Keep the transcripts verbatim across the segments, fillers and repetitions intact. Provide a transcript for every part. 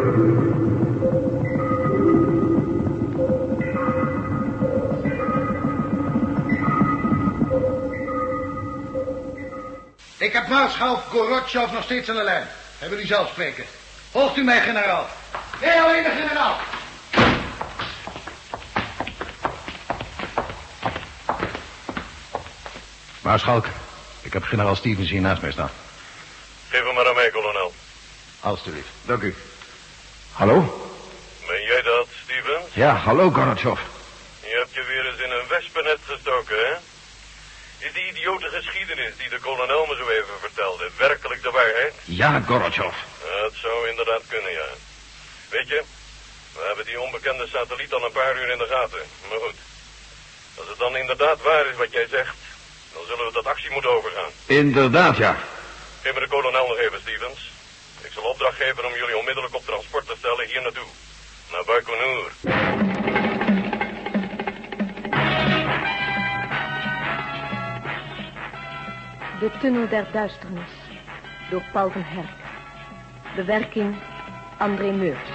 Ik heb maarschalk Gorotjov nog steeds aan de lijn. Hij wil u zelf spreken. Volgt u mij, generaal. Nee, alleen de generaal. Maarschalk, ik heb generaal Stevens hier naast mij staan. Geef hem maar aan mij, kolonel. Alsjeblieft, dank u. Hallo? Ben jij dat, Stevens? Ja, hallo, Gorotjov. Je hebt je weer eens in een wespennet gestoken, hè? Is die idiote geschiedenis die de kolonel me zo even vertelde werkelijk de waarheid? Ja, Gorotjov. Dat zou inderdaad kunnen, ja. Weet je, we hebben die onbekende satelliet al een paar uur in de gaten. Maar goed, als het dan inderdaad waar is wat jij zegt, dan zullen we tot actie moeten overgaan. Inderdaad, ja. Geef me de kolonel nog even, Stevens. Ik zal opdracht geven om jullie onmiddellijk op transport te stellen hier naartoe. Naar Baikonur. De Tunnel der Duisternis, door Paul van Herk. Bewerking André Meurs.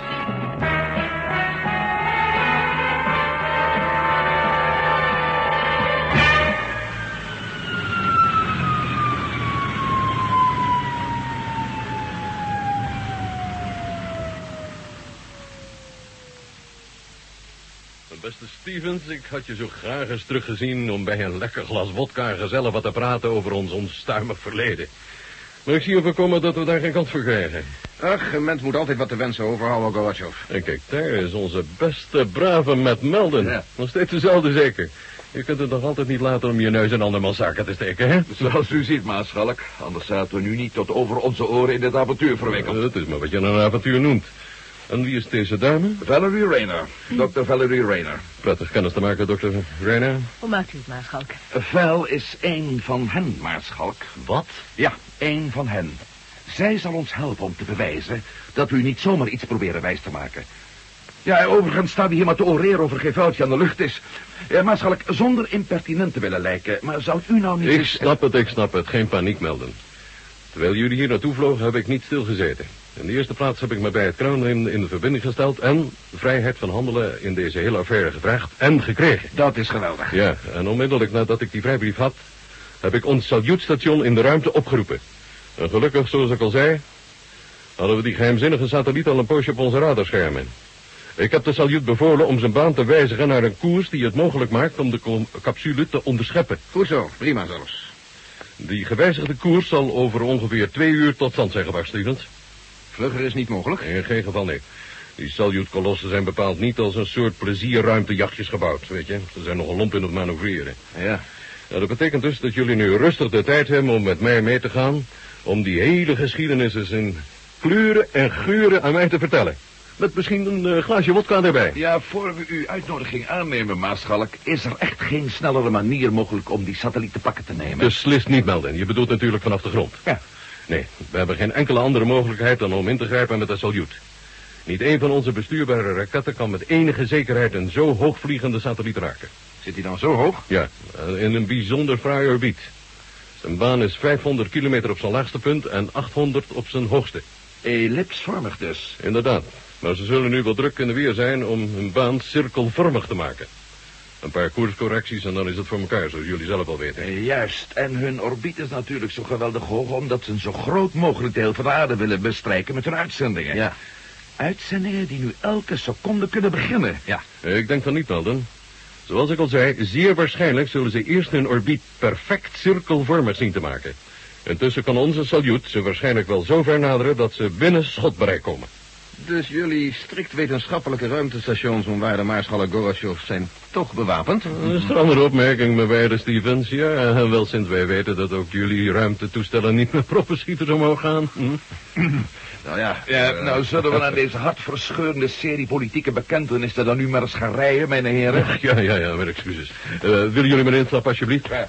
Beste Stevens, ik had je zo graag eens teruggezien om bij een lekker glas wodka gezellig wat te praten over ons onstuimig verleden. Maar ik zie overkomen dat we daar geen kans voor krijgen. Ach, een mens moet altijd wat te wensen overhouden, Gorotjov. En kijk, daar is onze beste brave Matt Melden. Ja. Nog steeds dezelfde zeker. Je kunt het nog altijd niet laten om je neus in andermans zaken te steken, hè? Zoals u ziet, maarschalk. Anders zaten we nu niet tot over onze oren in dit avontuur verwikkeld. Uh, dat is maar wat je een avontuur noemt. En wie is deze dame? Valerie Rayner. dokter Valerie Rayner. Prettig kennis te maken, dokter Rayner. Hoe maakt u het, maarschalk? Val is één van hen, maarschalk. Wat? Ja, één van hen. Zij zal ons helpen om te bewijzen dat u niet zomaar iets proberen wijs te maken. Ja, overigens staan we hier maar te oreren over geen vuiltje aan de lucht is. Ja, maarschalk, zonder impertinent te willen lijken, maar zou u nou niet... Ik eens... snap het, ik snap het. Geen paniek melden. Terwijl jullie hier naartoe vlogen, heb ik niet stilgezeten. In de eerste plaats heb ik me bij het Crown in, in de verbinding gesteld en vrijheid van handelen in deze hele affaire gevraagd en gekregen. Dat is geweldig. Ja, en onmiddellijk nadat ik die vrijbrief had, heb ik ons saluutstation in de ruimte opgeroepen. En gelukkig, zoals ik al zei, hadden we die geheimzinnige satelliet al een poosje op onze radarschermen. Ik heb de saluut bevolen om zijn baan te wijzigen naar een koers die het mogelijk maakt om de capsule te onderscheppen. Goed zo, prima zelfs. Die gewijzigde koers zal over ongeveer twee uur tot stand zijn gebracht, Stevens. Vlugger is niet mogelijk. In geen geval, nee. Die Salyut-kolossen zijn bepaald niet als een soort plezierruimtejachtjes gebouwd, weet je. Ze zijn nogal lomp in het manoeuvreren. Ja. Nou, dat betekent dus dat jullie nu rustig de tijd hebben om met mij mee te gaan, om die hele geschiedenis eens in kleuren en geuren aan mij te vertellen. Met misschien een uh, glaasje wodka erbij. Ja, voor we uw uitnodiging aannemen, maarschalk, is er echt geen snellere manier mogelijk om die satelliet te pakken te nemen. Beslist niet, Melden. Je bedoelt natuurlijk vanaf de grond. Ja. Nee, we hebben geen enkele andere mogelijkheid dan om in te grijpen met de Salyut. Niet één van onze bestuurbare raketten kan met enige zekerheid een zo hoogvliegende satelliet raken. Zit hij dan zo hoog? Ja, in een bijzonder fraai orbiet. Zijn baan is vijfhonderd kilometer op zijn laagste punt en achthonderd op zijn hoogste. Ellipsvormig dus. Inderdaad. Maar ze zullen nu wel druk in de weer zijn om hun baan cirkelvormig te maken. Een paar koerscorrecties en dan is het voor elkaar, zoals jullie zelf al weten. Eh, juist. En hun orbiet is natuurlijk zo geweldig hoog, omdat ze een zo groot mogelijk deel van de aarde willen bestrijken met hun uitzendingen. Ja. Uitzendingen die nu elke seconde kunnen beginnen. Ja. Ik denk van niet, Melden. Zoals ik al zei, zeer waarschijnlijk zullen ze eerst hun orbiet perfect cirkelvormig zien te maken. Intussen kan onze Salyut ze waarschijnlijk wel zo ver naderen dat ze binnen schotbereik komen. Dus jullie strikt wetenschappelijke ruimtestations, onwaarde maarschalk Gorotjov, zijn toch bewapend? Dat is een andere opmerking, meneer Stevens. Ja, wel sinds wij weten dat ook jullie ruimtetoestellen niet met propenschieters omhoog gaan. Hm? Nou ja, ja uh, nou zullen we aan deze hartverscheurende serie politieke bekentenissen dan nu maar eens gaan rijden, mijn heren? Ja, ja, ja, met excuses. Uh, willen jullie me instappen, alsjeblieft? Ja.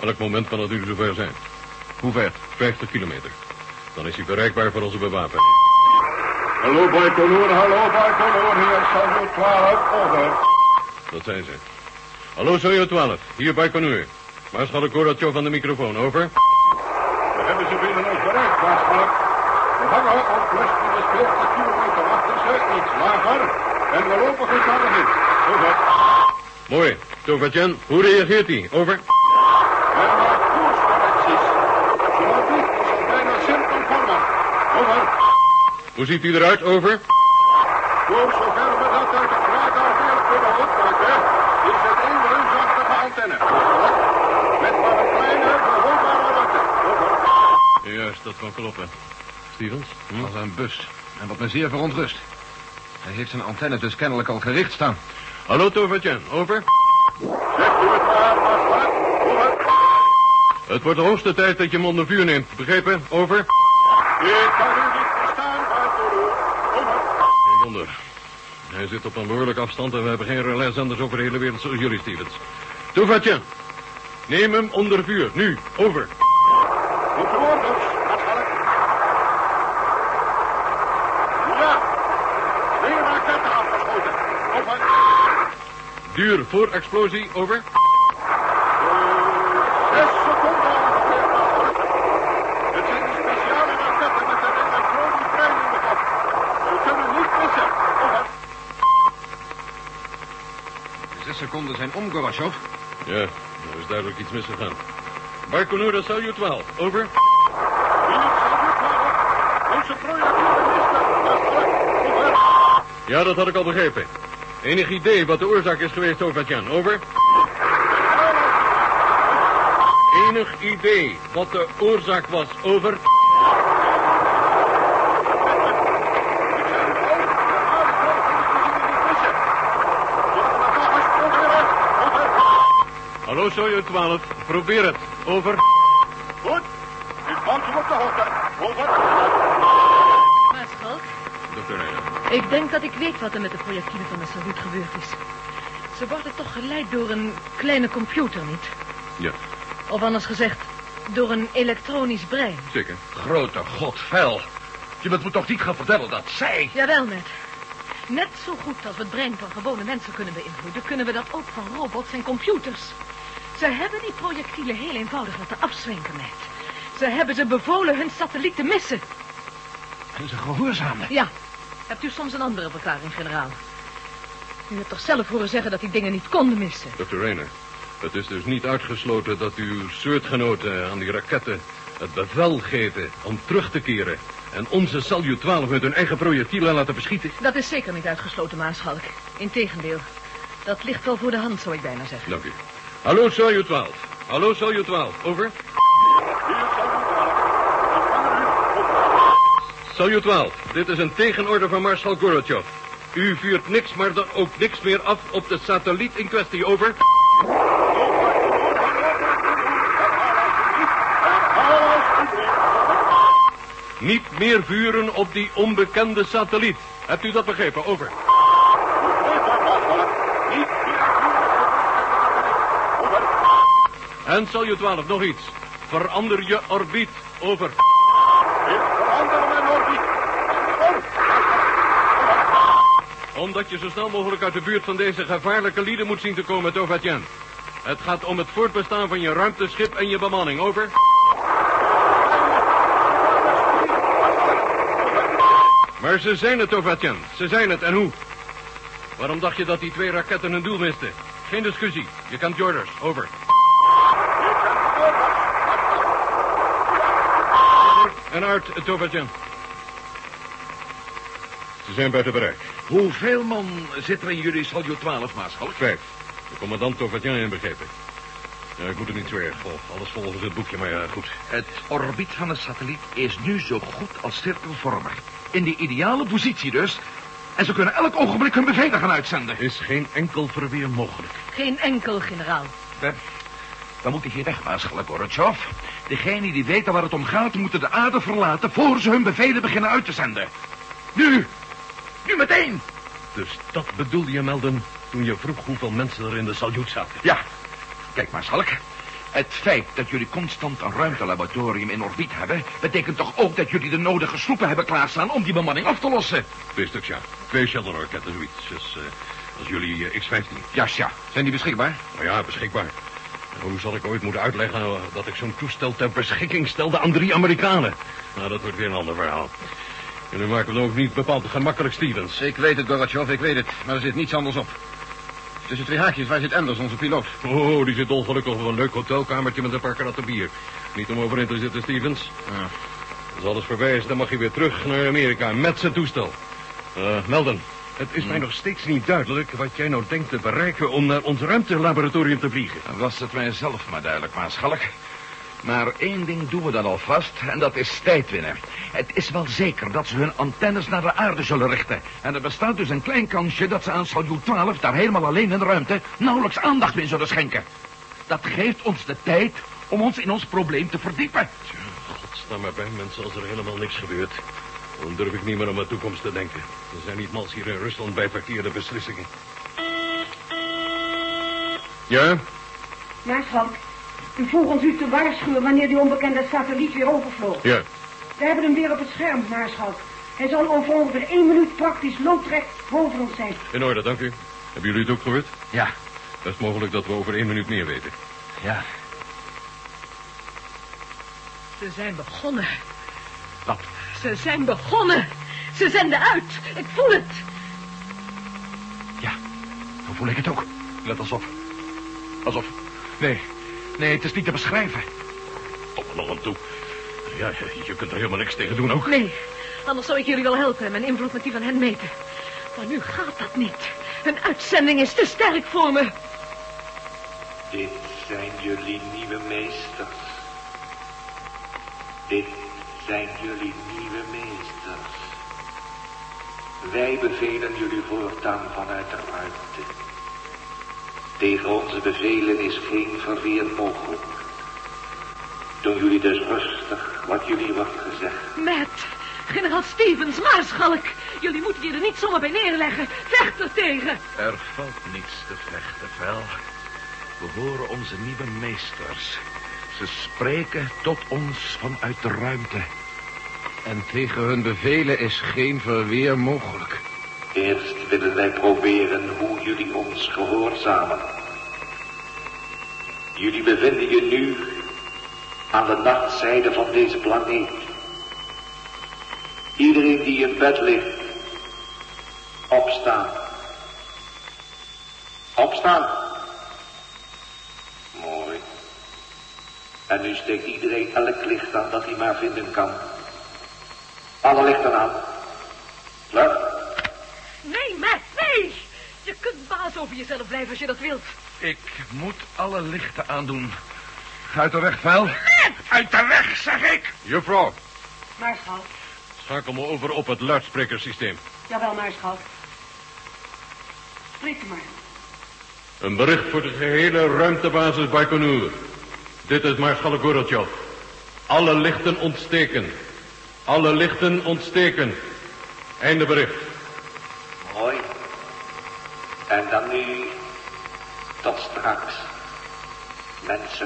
Elk moment kan het nu zover zijn. Hoe ver? vijftig kilometer. Dan is hij bereikbaar voor onze bewapening. Hallo Baikonur, hallo Baikonur, hier Salyut twaalf, over. Dat zijn ze. Hallo Salyut twaalf, hier Baikonur. Maarschalk Gorotjov van de microfoon, over. We hebben ze binnen ons bereikt, maarschalk. We hangen op plus veertig kilometer achter ze, iets lager. En we lopen gezellig in. Over. Mooi. Tovatjan, hoe reageert hij? Over. Hij maakt koerscorrecties. Zoals dit is al bijna cirkelvormig. Over. Hoe ziet hij eruit? Over. Voor zover we dat uit het radarbeeld kunnen opmaken, is het een reusachtige antenne. Met maar een kleine, behoorbare ruimte. Over. Juist, dat kan kloppen. Stevens? Hm? Als een bus. En wat me zeer verontrust. Hij heeft zijn antenne dus kennelijk al gericht staan. Hallo Tovatjan, over. Zegt u het maar, maarschalk. Over. Het wordt de hoogste tijd dat je hem onder vuur neemt. Begrepen? Over. Ik kan u niet verstaan, Baikonur. Over. Geen wonder. Hij zit op een behoorlijke afstand en we hebben geen relaiszenders over de hele wereld zoals jullie, Stevens. Tovatjan, neem hem onder vuur. Nu, over. Op de orders, maarschalk. Ja. Twee raketten afgeschoten. Over. Duur voor explosie, over. Zes seconden ongeveer, maarschalk. Het zijn de speciale raketten met een elektronisch brein in de kop. We kunnen niet missen. Over. De zes seconden zijn om, Gorotjov. Ja, er is duidelijk iets misgegaan. Baikonur, Salyut twaalf, over. Hier Salyut twaalf. Onze projectielen misten, maarschalk. Over. Ja, dat had ik al begrepen. Enig idee wat de oorzaak is geweest, Tovatjan, over. Enig idee wat de oorzaak was, over. Hallo Salyut twaalf, probeer het, over. Goed, ik houd u op de hoogte. Over. Maarschalk, Dokter Reiner. ik denk dat ik weet wat er met de projectielen van de Salyut gebeurd is. Ze worden toch geleid door een kleine computer, niet? Ja, Of anders gezegd, door een elektronisch brein. zeker. Grote god, vuil. Je wilt me toch niet gaan vertellen dat zij... Jawel, net. Net zo goed als we het brein van gewone mensen kunnen beïnvloeden, kunnen we dat ook van robots en computers. Ze hebben die projectielen heel eenvoudig laten afzwenken, net. Ze hebben ze bevolen hun satelliet te missen. En ze gehoorzamen. Ja. Hebt u soms een andere verklaring, generaal? U hebt toch zelf horen zeggen dat die dingen niet konden missen? Dokter Reiner, het is dus niet uitgesloten dat uw soortgenoten aan die raketten het bevel geven om terug te keren en onze Salyut twaalf met hun eigen projectielen laten beschieten. Dat is zeker niet uitgesloten, maarschalk. Integendeel. Dat ligt wel voor de hand, zou ik bijna zeggen. Dank u. Hallo Salyut twaalf. Hallo Salyut twaalf, over. Salyut twaalf, dit is een tegenorde van Maarschalk Gorotjov. U vuurt niks, maar dan ook niks meer af op de satelliet in kwestie, over. Niet meer vuren op die onbekende satelliet. Hebt u dat begrepen, over. En Salyut twaalf, nog iets. Verander je orbiet, over. Ik verander mijn orbiet. Omdat je zo snel mogelijk uit de buurt van deze gevaarlijke lieden moet zien te komen, Tovatjan. Het gaat om het voortbestaan van je ruimteschip en je bemanning, over. Maar ze zijn het, Tovatjan. Ze zijn het, en hoe? Waarom dacht je dat die twee raketten hun doel misten? Geen discussie. Je kent je orders, over. En uit, Tovatjan. Ze zijn buiten bereik. Hoeveel man zit er in jullie Salyut twaalf, maarschalk? Vijf. De commandant Tovatjan inbegrepen. Ja, ik moet er niet zo erg vol. Alles volgens het boekje, maar ja, goed. Het orbiet van de satelliet is nu zo goed als cirkelvormig. In die ideale positie dus. En ze kunnen elk ogenblik hun bevelen gaan uitzenden. Is geen enkel verweer mogelijk. Geen enkel, generaal. Dan, dan moet ik hier weg, maarschalk Gorotjov. Degenen die weten waar het om gaat, moeten de aarde verlaten voor ze hun bevelen beginnen uit te zenden. Nu! Nu meteen! Dus dat bedoelde je melden toen je vroeg hoeveel mensen er in de Salyut zaten? Ja. Kijk, maarschalk. Het feit dat jullie constant een ruimtelaboratorium in orbiet hebben... betekent toch ook dat jullie de nodige sloepen hebben klaarstaan om die bemanning af te lossen? Twee stuks, ja. Twee shuttle-raketten, zoiets. Dus, uh, als jullie uh, X vijftien. Ja, ja. Zijn die beschikbaar? Nou ja, beschikbaar. Hoe zal ik ooit moeten uitleggen uh, dat ik zo'n toestel ter beschikking stelde aan drie Amerikanen? Nou, dat wordt weer een ander verhaal. En nu maken we het ook niet bepaald gemakkelijk, Stevens. Ik weet het, Gorbachev, ik weet het. Maar er zit niets anders op. Tussen twee haakjes, waar zit Anders, onze piloot? Oh, die zit ongelukkig op een leuk hotelkamertje met een paar kratten bier. Niet om over in te zitten, Stevens. Ja. Als alles voorbij is, dan mag hij weer terug naar Amerika met zijn toestel. Uh, Melden, het is hmm. mij nog steeds niet duidelijk wat jij nou denkt te bereiken om naar ons ruimtelaboratorium te vliegen. Dan was het mij zelf maar duidelijk, Maarschalk. Maar één ding doen we dan alvast, en dat is tijd winnen. Het is wel zeker dat ze hun antennes naar de aarde zullen richten. En er bestaat dus een klein kansje dat ze aan Salyut twaalf, daar helemaal alleen in de ruimte, nauwelijks aandacht in zullen schenken. Dat geeft ons de tijd om ons in ons probleem te verdiepen. Tja, god, sta maar bij, mensen, als er helemaal niks gebeurt. Dan durf ik niet meer aan mijn toekomst te denken. Er zijn niet mals hier in Rusland bij verkeerde beslissingen. Ja? Maarschalk, u vroeg ons u te waarschuwen wanneer die onbekende satelliet weer overvloog. Ja. We hebben hem weer op het scherm, Maarschalk. Hij zal over ongeveer één minuut praktisch loodrecht boven ons zijn. In orde, dank u. Hebben jullie het ook gehoord? Ja. Best mogelijk dat we over één minuut meer weten. Ja. Ze zijn begonnen. Wat? Ze zijn begonnen. Ze zenden uit. Ik voel het. Ja, dan voel ik het ook. Net alsof... Alsof... Nee, nee, het is niet te beschrijven. Kom er nog aan toe. Ja, je kunt er helemaal niks tegen doen ook. Nee, anders zou ik jullie wel helpen en mijn invloed met die van hen meten. Maar nu gaat dat niet. Hun uitzending is te sterk voor me. Dit zijn jullie nieuwe meesters. Dit zijn jullie nieuwe meesters. Wij bevelen jullie voortaan vanuit de ruimte. Tegen onze bevelen is geen verweer mogelijk. Doen jullie dus rustig wat jullie wordt gezegd. Matt, generaal Stevens, Maarschalk. Jullie moeten je er niet zomaar bij neerleggen. Vecht er tegen. Er valt niets te vechten, Vel. We horen onze nieuwe meesters. Ze spreken tot ons vanuit de ruimte. En tegen hun bevelen is geen verweer mogelijk. Eerst willen wij proberen hoe jullie ons gehoorzamen. Jullie bevinden je nu aan de nachtzijde van deze planeet. Iedereen die in bed ligt, opstaan. Opstaan. Mooi. En nu steekt iedereen elk licht aan dat hij maar vinden kan. Alle lichten aan. Vlug. Nee, Matt, nee. Je kunt baas over jezelf blijven als je dat wilt. Ik moet alle lichten aandoen. Ga uit de weg, Vel. Matt! Uit de weg, zeg ik. Juffrouw, Maarschalk. schakel me over op het luidsprekersysteem. Jawel, Maarschalk. Spreek u maar. Een bericht voor de gehele ruimtebasis Baikonur. Dit is Maarschalk Gorbachev. Alle lichten ontsteken. Alle lichten ontsteken. Einde bericht. Mooi. En dan nu tot straks, mensen.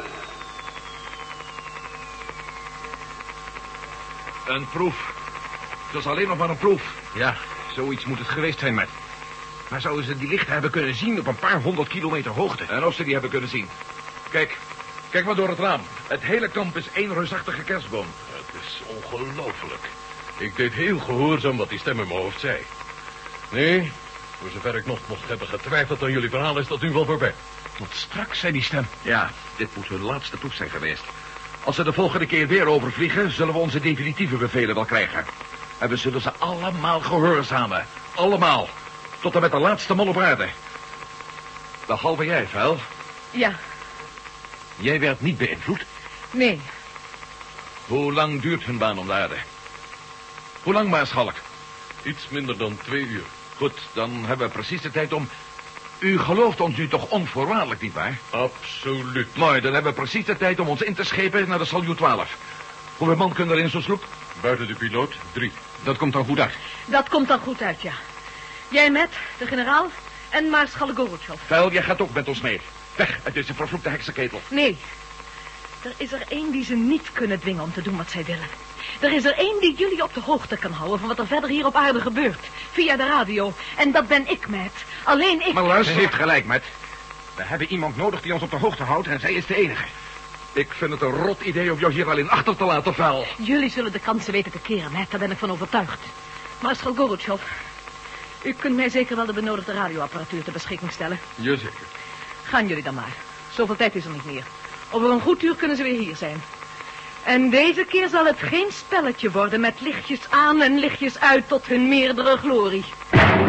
Een proef. Het is alleen nog maar een proef. Ja, zoiets moet het geweest zijn, Matt. Maar zouden ze die lichten hebben kunnen zien op een paar honderd kilometer hoogte? En of ze die hebben kunnen zien. Kijk, kijk maar door het raam. Het hele kamp is één reusachtige kerstboom. Het is ongelooflijk. Ik deed heel gehoorzaam wat die stem in mijn hoofd zei. Nee, voor zover ik nog mocht hebben getwijfeld aan jullie verhaal is dat nu wel voorbij. Tot straks, zei die stem. Ja, dit moet hun laatste proef zijn geweest. Als ze de volgende keer weer overvliegen, zullen we onze definitieve bevelen wel krijgen. En we zullen ze allemaal gehoorzamen. Allemaal. Tot en met de laatste man op aarde. Behalve jij, Vel. Ja, Jij werd niet beïnvloed. nee. Hoe lang duurt hun baan om de aarde? Hoe lang, Maarschalk? Iets minder dan twee uur. Goed, dan hebben we precies de tijd om... U gelooft ons nu toch onvoorwaardelijk, nietwaar? Absoluut. Mooi, dan hebben we precies de tijd om ons in te schepen naar de Salyut twaalf. Hoeveel man kunnen er in zo'n sloep? Buiten de piloot, drie. Dat komt dan goed uit. Dat komt dan goed uit, ja. Jij met, de generaal en Maarschalk Gorbachev. Vel, jij gaat ook met ons mee. Weg uit deze vervloekte heksenketel. Nee, Er is er één die ze niet kunnen dwingen om te doen wat zij willen. Er is er één die jullie op de hoogte kan houden van wat er verder hier op aarde gebeurt. Via de radio. En dat ben ik, Matt. Alleen ik... Maar luister, ze heeft gelijk, Matt. We hebben iemand nodig die ons op de hoogte houdt en zij is de enige. Ik vind het een rot idee om jou hier alleen achter te laten, Val. Jullie zullen de kansen weten te keren, Matt. Daar ben ik van overtuigd. Maarschalk Gorotjov, u kunt mij zeker wel de benodigde radioapparatuur ter beschikking stellen. Jazeker. Gaan jullie dan maar. Zoveel tijd is er niet meer. Over een goed uur kunnen ze weer hier zijn. En deze keer zal het geen spelletje worden met lichtjes aan en lichtjes uit tot hun meerdere glorie.